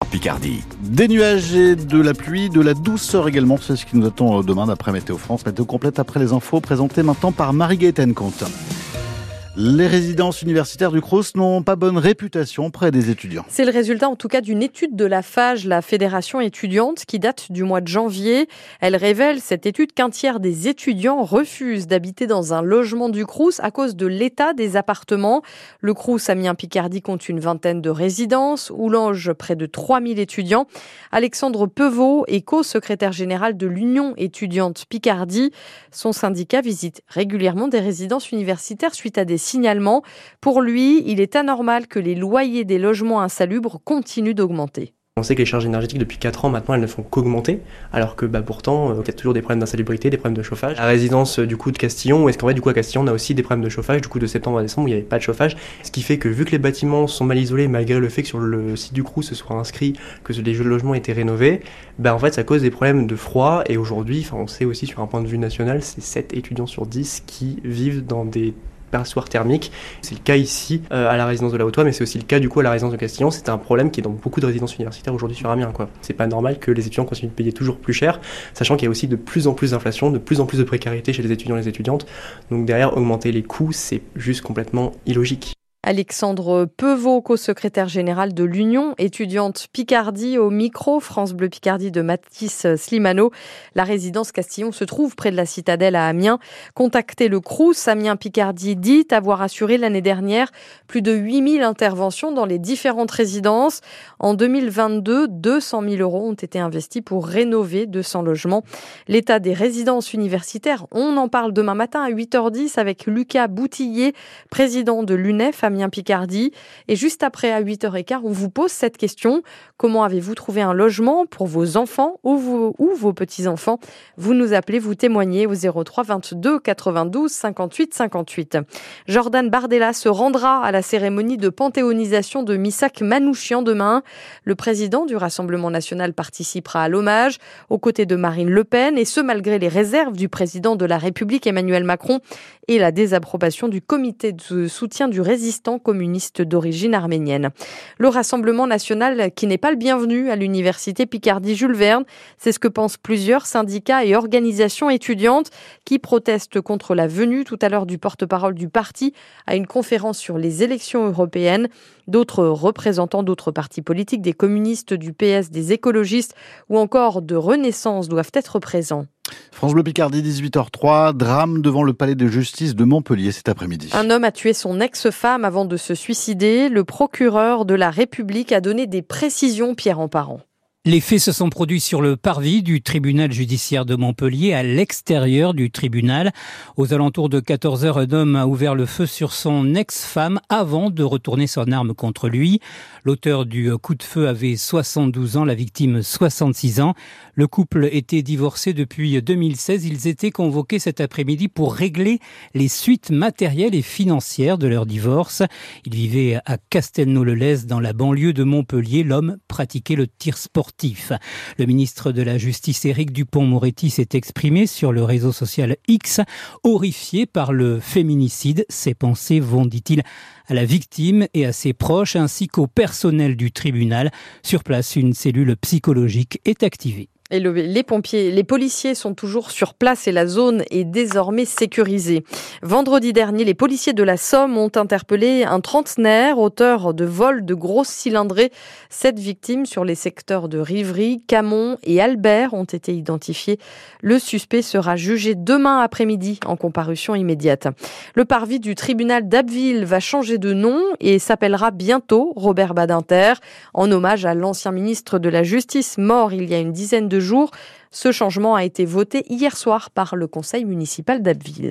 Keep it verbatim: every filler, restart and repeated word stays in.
Picardie. Des nuages et de la pluie, de la douceur également, c'est ce qui nous attend demain d'après Météo France. Météo complète après les infos présentées maintenant par Marie-Gaëtane Comte. Les résidences universitaires du Crous n'ont pas bonne réputation auprès des étudiants. C'est le résultat en tout cas d'une étude de la FAGE, la Fédération étudiante, qui date du mois de janvier. Elle révèle, cette étude, qu'un tiers des étudiants refusent d'habiter dans un logement du Crous à cause de l'état des appartements. Le Crous Amiens-Picardie compte une vingtaine de résidences où logent près de trois mille étudiants. Alexandre Peuveau est co-secrétaire général de l'Union étudiante Picardie. Son syndicat visite régulièrement des résidences universitaires suite à des signalements. Pour lui, il est anormal que les loyers des logements insalubres continuent d'augmenter. On sait que les charges énergétiques depuis quatre ans maintenant elles ne font qu'augmenter, alors que bah, pourtant euh, il y a toujours des problèmes d'insalubrité, des problèmes de chauffage. La résidence euh, du coup de Castillon, où est-ce qu'en vrai du coup à Castillon on a aussi des problèmes de chauffage, du coup de septembre à décembre où il n'y avait pas de chauffage, ce qui fait que vu que les bâtiments sont mal isolés malgré le fait que sur le site du Crous ce soit inscrit que les logements étaient rénovés, bah en fait ça cause des problèmes de froid et aujourd'hui, enfin on sait aussi sur un point de vue national, c'est sept étudiants sur dix qui vivent dans des passoire thermique. C'est le cas ici euh, à la résidence de la Haute-Oie, mais c'est aussi le cas du coup à la résidence de Castillon. C'est un problème qui est dans beaucoup de résidences universitaires aujourd'hui sur Amiens, quoi. C'est pas normal que les étudiants continuent de payer toujours plus cher, sachant qu'il y a aussi de plus en plus d'inflation, de plus en plus de précarité chez les étudiants et les étudiantes. Donc derrière, augmenter les coûts, c'est juste complètement illogique. Alexandre Peuveau, co-secrétaire général de l'Union étudiante Picardie, au micro France Bleu Picardie de Mathis Slimano. La résidence Castillon se trouve près de la citadelle à Amiens. Contactez le Crous Amiens Picardie dit avoir assuré l'année dernière plus de huit mille interventions dans les différentes résidences. En deux mille vingt-deux, deux cent mille euros ont été investis pour rénover deux cents logements. L'état des résidences universitaires, on en parle demain matin à huit heures dix avec Lucas Boutillier, président de l'U N E F Amiens-Picardie. Et juste après, à huit heures quinze, on vous pose cette question. Comment avez-vous trouvé un logement pour vos enfants ou vos, ou vos petits-enfants? Vous nous appelez, vous témoignez au zéro trois vingt-deux quatre-vingt-douze cinquante-huit cinquante-huit. Jordan Bardella se rendra à la cérémonie de panthéonisation de Missak Manouchian demain. Le président du Rassemblement national participera à l'hommage aux côtés de Marine Le Pen, et ce malgré les réserves du président de la République Emmanuel Macron et la désapprobation du comité de soutien du résistant communiste d'origine arménienne. Le Rassemblement national qui n'est pas le bienvenu à l'université Picardie-Jules Verne, c'est ce que pensent plusieurs syndicats et organisations étudiantes qui protestent contre la venue tout à l'heure du porte-parole du parti à une conférence sur les élections européennes. D'autres représentants d'autres partis politiques, des communistes, du P S, des écologistes ou encore de Renaissance doivent être présents. France Bleu Picardie, dix-huit heures zéro trois, drame devant le palais de justice de Montpellier cet après-midi. Un homme a tué son ex-femme avant de se suicider. Le procureur de la République a donné des précisions, Pierre Emparent. Les faits se sont produits sur le parvis du tribunal judiciaire de Montpellier, à l'extérieur du tribunal. Aux alentours de quatorze heures, un homme a ouvert le feu sur son ex-femme avant de retourner son arme contre lui. L'auteur du coup de feu avait soixante-douze ans, la victime soixante-six ans. Le couple était divorcé depuis deux mille seize. Ils étaient convoqués cet après-midi pour régler les suites matérielles et financières de leur divorce. Ils vivaient à Castelnau-le-Lez, dans la banlieue de Montpellier. L'homme pratiquait le tir sportif. Le ministre de la Justice, Éric Dupond-Moretti, s'est exprimé sur le réseau social X, horrifié par le féminicide. Ses pensées vont, dit-il, à la victime et à ses proches, ainsi qu'au personnel du tribunal. Sur place, une cellule psychologique est activée. Et le, les pompiers, les policiers sont toujours sur place et la zone est désormais sécurisée. Vendredi dernier, les policiers de la Somme ont interpellé un trentenaire, auteur de vol de grosses cylindrées. Sept victimes sur les secteurs de Rivry, Camon et Albert ont été identifiées. Le suspect sera jugé demain après-midi en comparution immédiate. Le parvis du tribunal d'Abbeville va changer de nom et s'appellera bientôt Robert Badinter, en hommage à l'ancien ministre de la Justice mort il y a une dizaine de jours. Ce changement a été voté hier soir par le conseil municipal d'Abbeville.